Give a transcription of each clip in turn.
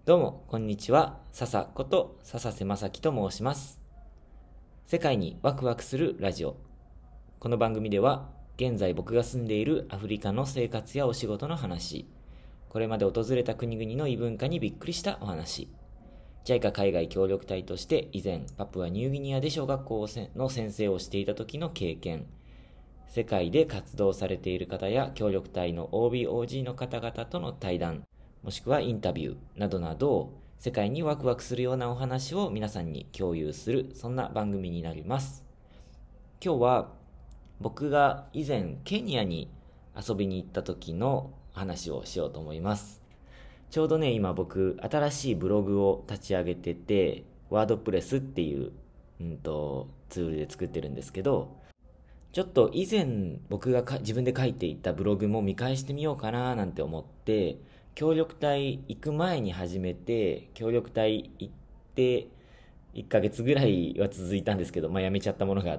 どうも、こんにちは。笹こと笹瀬正樹と申します。世界にワクワクするラジオ。この番組では、現在僕が住んでいるアフリカの生活やお仕事の話、これまで訪れた国々の異文化にびっくりしたお話、JICA 海外協力隊として以前パプアニューギニアで小学校の先生をしていた時の経験、世界で活動されている方や協力隊の OB/OG の方々との対談、もしくはインタビューなどなど、世界にワクワクするようなお話を皆さんに共有する、そんな番組になります。今日は僕が以前ケニアに遊びに行った時の話をしようと思います。ちょうどね、今僕新しいブログを立ち上げてて、ワードプレスっていう、ツールで作ってるんですけど、ちょっと以前僕が自分で書いていたブログも見返してみようかななんて思って、協力隊行く前に始めて、協力隊行って1ヶ月ぐらいは続いたんですけど、やめちゃったものがあって、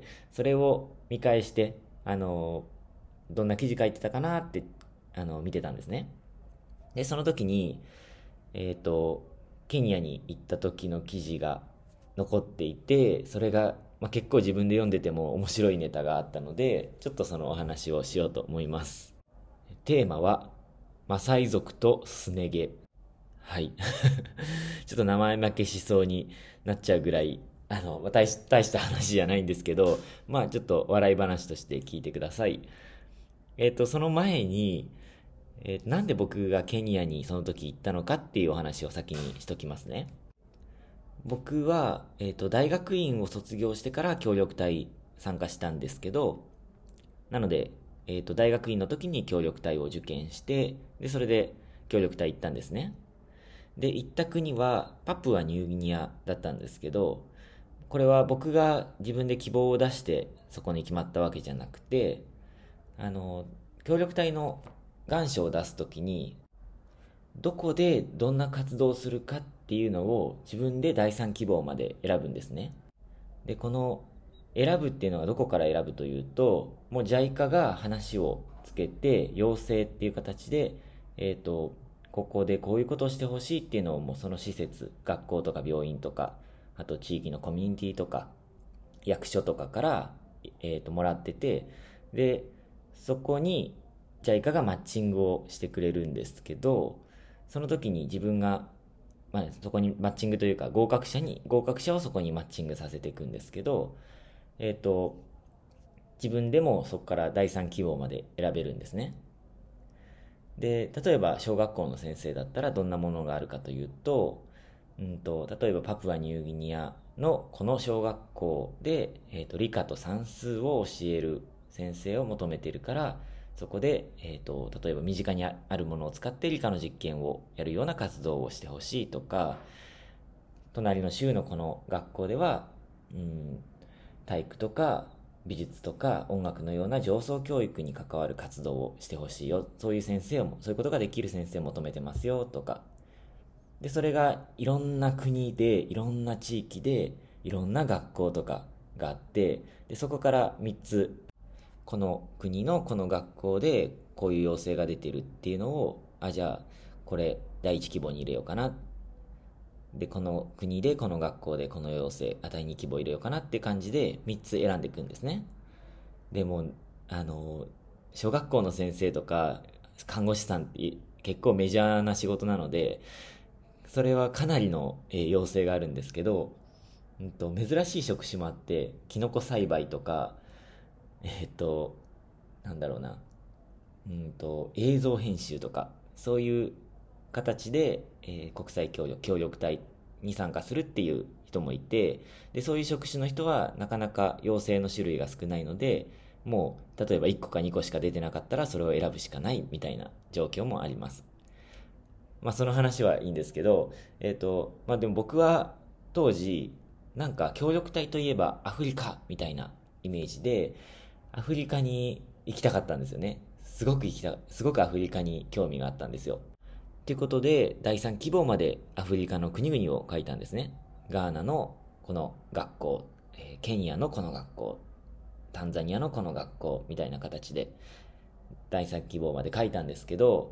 それを見返して、どんな記事書いてたかなって、見てたんですね。で、その時に、えっと、ケニアに行った時の記事が残っていて、それが、結構自分で読んでても面白いネタがあったので、ちょっとそのお話をしようと思います。テーマは、マサイ族とスネゲ。はい。ちょっと名前負けしそうになっちゃうぐらい、大した話じゃないんですけど、ちょっと笑い話として聞いてください。その前に、なんで僕がケニアにその時行ったのかっていうお話を先にしときますね。僕は、大学院を卒業してから協力隊参加したんですけど、なので、大学院の時に協力隊を受験して、で、それで協力隊行ったんですね。で、行った国はパプアニューギニアだったんですけど、これは僕が自分で希望を出してそこに決まったわけじゃなくて、あの、協力隊の願書を出すときに、どこでどんな活動をするかっていうのを自分で第三希望まで選ぶんですね。で、この選ぶっていうのはどこから選ぶというと、もう JICA が話をつけて、要請っていう形で、ここでこういうことをしてほしいっていうのをもうその施設、学校とか病院とか、あと地域のコミュニティとか、役所とかから、もらってて、で、そこに JICA がマッチングをしてくれるんですけど、その時に自分が、そこにマッチングというか合格者をそこにマッチングさせていくんですけど、えっと、自分でもそこから第三希望まで選べるんですね。で、例えば小学校の先生だったらどんなものがあるかというと、例えばパプアニューギニアのこの小学校で、理科と算数を教える先生を求めているから、そこで、例えば身近にあるものを使って理科の実験をやるような活動をしてほしいとか、隣の州のこの学校では、うん、体育とか美術とか音楽のような上層教育に関わる活動をしてほしいよ。そういう先生を、そういうことができる先生を求めてますよとか。で、それがいろんな国で、いろんな地域で、いろんな学校とかがあって、で、そこから3つ、この国のこの学校でこういう要請が出てるっていうのを、じゃあ、これ第一希望に入れようかな。で、この国でこの学校でこの要請、第二希望入れようかなって感じで3つ選んでいくんですね。でも、あの、小学校の先生とか看護師さんって結構メジャーな仕事なので、それはかなりの要請があるんですけど、珍しい職種もあって、キノコ栽培とか、えっと、なんだろうな、映像編集とか、そういう形で、国際協力隊に参加するっていう人もいて、で、そういう職種の人はなかなか要請の種類が少ないので、もう、例えば1個か2個しか出てなかったらそれを選ぶしかないみたいな状況もあります。その話はいいんですけど、でも僕は当時、なんか協力隊といえばアフリカみたいなイメージで、アフリカに行きたかったんですよね。すごくアフリカに興味があったんですよ。ということで、第三希望までアフリカの国々を書いたんですね。ガーナのこの学校、ケニアのこの学校、タンザニアのこの学校みたいな形で第三希望まで書いたんですけど、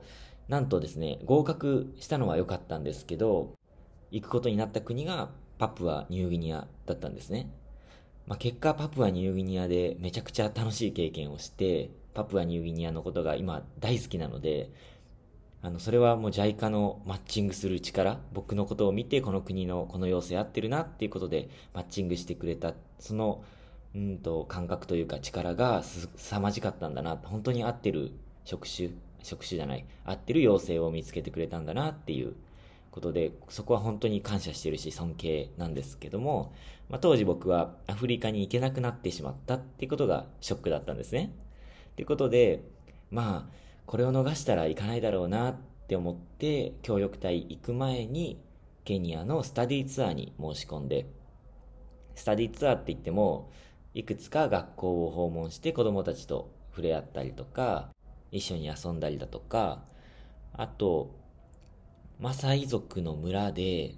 なんとですね、合格したのは良かったんですけど、行くことになった国がパプアニューギニアだったんですね。結果パプアニューギニアでめちゃくちゃ楽しい経験をして、パプアニューギニアのことが今大好きなので、それはもう JICA のマッチングする力、僕のことを見てこの国のこの要請合ってるなっていうことでマッチングしてくれた、その、感覚というか力が凄まじかったんだな、本当に合ってる職種じゃない、合ってる要請を見つけてくれたんだなっていうことで、そこは本当に感謝してるし尊敬なんですけども、当時僕はアフリカに行けなくなってしまったっていうことがショックだったんですね。っていうことで、これを逃したら行かないだろうなって思って、協力隊行く前にケニアのスタディツアーに申し込んで、スタディツアーって言っても、いくつか学校を訪問して子供たちと触れ合ったりとか、一緒に遊んだりだとか、あと、マサイ族の村で、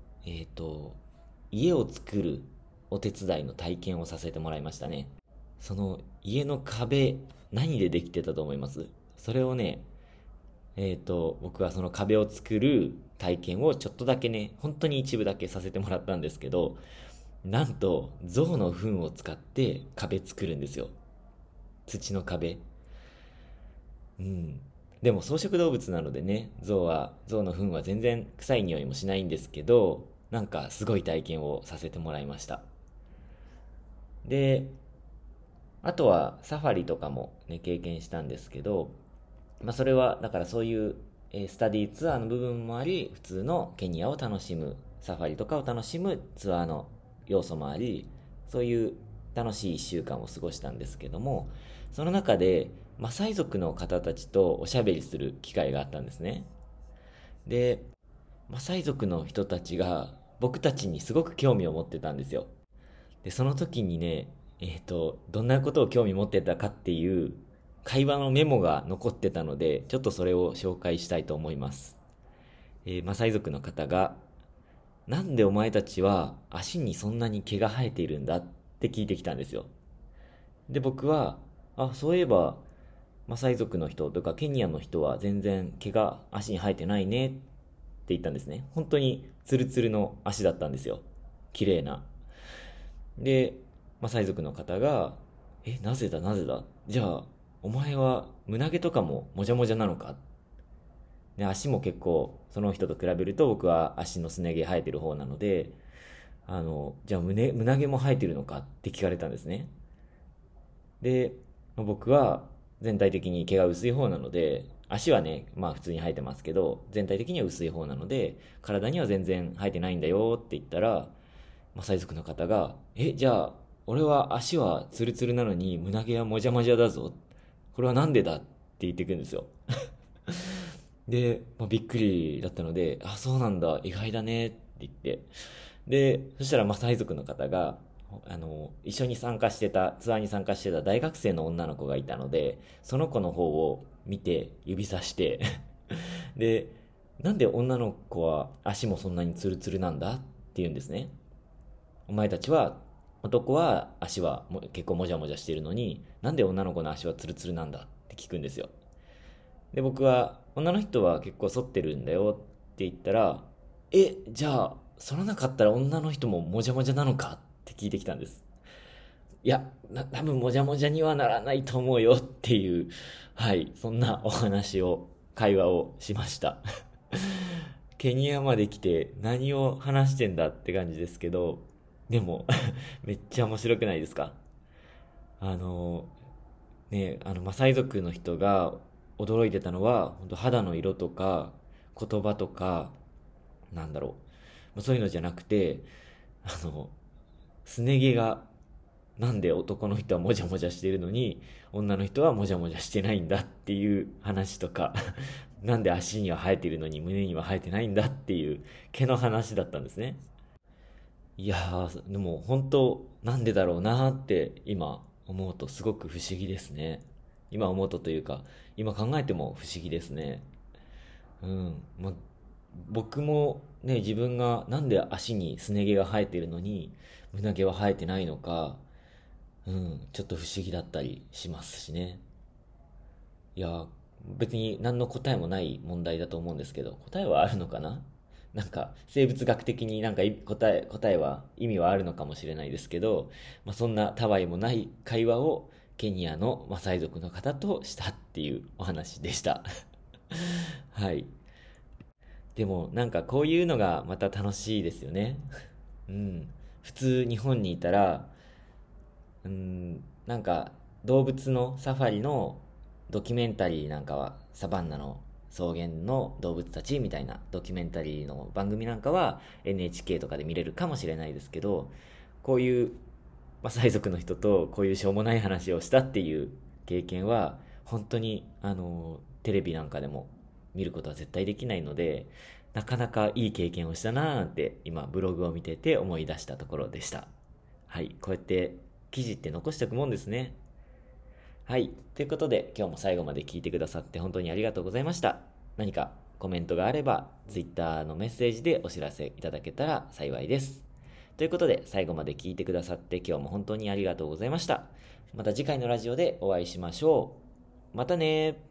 家を作るお手伝いの体験をさせてもらいましたね。その家の壁、何でできてたと思います？それをね、僕はその壁を作る体験をちょっとだけね、本当に一部だけさせてもらったんですけど、なんと、象の糞を使って壁作るんですよ。土の壁。うん。でも草食動物なのでね、象の糞は全然臭い匂いもしないんですけど、なんかすごい体験をさせてもらいました。で、あとはサファリとかもね、経験したんですけど、それは、だからそういう、スタディツアーの部分もあり、普通のケニアを楽しむ、サファリとかを楽しむツアーの要素もあり、そういう楽しい一週間を過ごしたんですけども、その中で、マサイ族の方たちとおしゃべりする機会があったんですね。で、マサイ族の人たちが僕たちにすごく興味を持ってたんですよ。で、その時にね、どんなことを興味持ってたかっていう会話のメモが残ってたので、ちょっとそれを紹介したいと思います。マサイ族の方が、なんでお前たちは足にそんなに毛が生えているんだって聞いてきたんですよ。で、僕は、そういえば、マサイ族の人とかケニアの人は全然毛が足に生えてないねって言ったんですね。本当にツルツルの足だったんですよ。綺麗な。で、マサイ族の方が、なぜだなぜだ、じゃあ、お前は胸毛とかももじゃもじゃなのか、ね、足も結構その人と比べると僕は足のすね毛生えてる方なので、じゃあ胸毛も生えてるのかって聞かれたんですね。で、僕は全体的に毛が薄い方なので、足はね、普通に生えてますけど、全体的には薄い方なので、体には全然生えてないんだよって言ったら、マサイ族の方が、じゃあ、俺は足はツルツルなのに胸毛はもじゃもじゃだぞ。これはなんでだって言ってくるんですよ。で、びっくりだったので、そうなんだ、意外だねって言って。で、そしたらマサイ族の方が、一緒にツアーに参加してた大学生の女の子がいたので、その子の方を見て指さしてで、なんで女の子は足もそんなにツルツルなんだって言うんですね。お前たちは、男は足は結構もじゃもじゃしてるのに、なんで女の子の足はツルツルなんだって聞くんですよ。で、僕は、女の人は結構反ってるんだよって言ったら、じゃあ、反らなかったら女の人ももじゃもじゃなのかって聞いてきたんです。いや、多分もじゃもじゃにはならないと思うよっていう、はい、そんな会話をしました。ケニアまで来て何を話してんだって感じですけど、でもめっちゃ面白くないですか？あの、マサイ族の人が驚いてたのは、本当肌の色とか、言葉とか、なんだろそういうのじゃなくて、あの、すね毛が、なんで男の人はもじゃもじゃしているのに、女の人はもじゃもじゃしてないんだっていう話とか、なんで足には生えているのに胸には生えてないんだっていう毛の話だったんですね。いやでも本当、なんでだろうなって今思うとすごく不思議ですね。今思うとというか、今考えても不思議ですね。うん。僕もね、自分がなんで足にすね毛が生えているのに、胸毛は生えてないのか、ちょっと不思議だったりしますしね。いや、 別に何の答えもない問題だと思うんですけど、答えはあるのかな。なんか生物学的になんか答えは意味はあるのかもしれないですけど、そんなたわいもない会話をケニアのマサイ族の方としたっていうお話でしたはい。でもなんかこういうのがまた楽しいですよね。うん。普通日本にいたら、なんか動物のサファリのドキュメンタリーなんかはサバンナの草原の動物たちみたいなドキュメンタリーの番組なんかは NHK とかで見れるかもしれないですけど、こういうマサイ族の人とこういうしょうもない話をしたっていう経験は本当にテレビなんかでも見ることは絶対できないので、なかなかいい経験をしたなーなんて今ブログを見てて思い出したところでした。はい、こうやって記事って残しておくもんですね。はい、ということで今日も最後まで聞いてくださって本当にありがとうございました。何かコメントがあれば Twitter のメッセージでお知らせいただけたら幸いです。ということで最後まで聞いてくださって今日も本当にありがとうございました。また次回のラジオでお会いしましょう。またねー。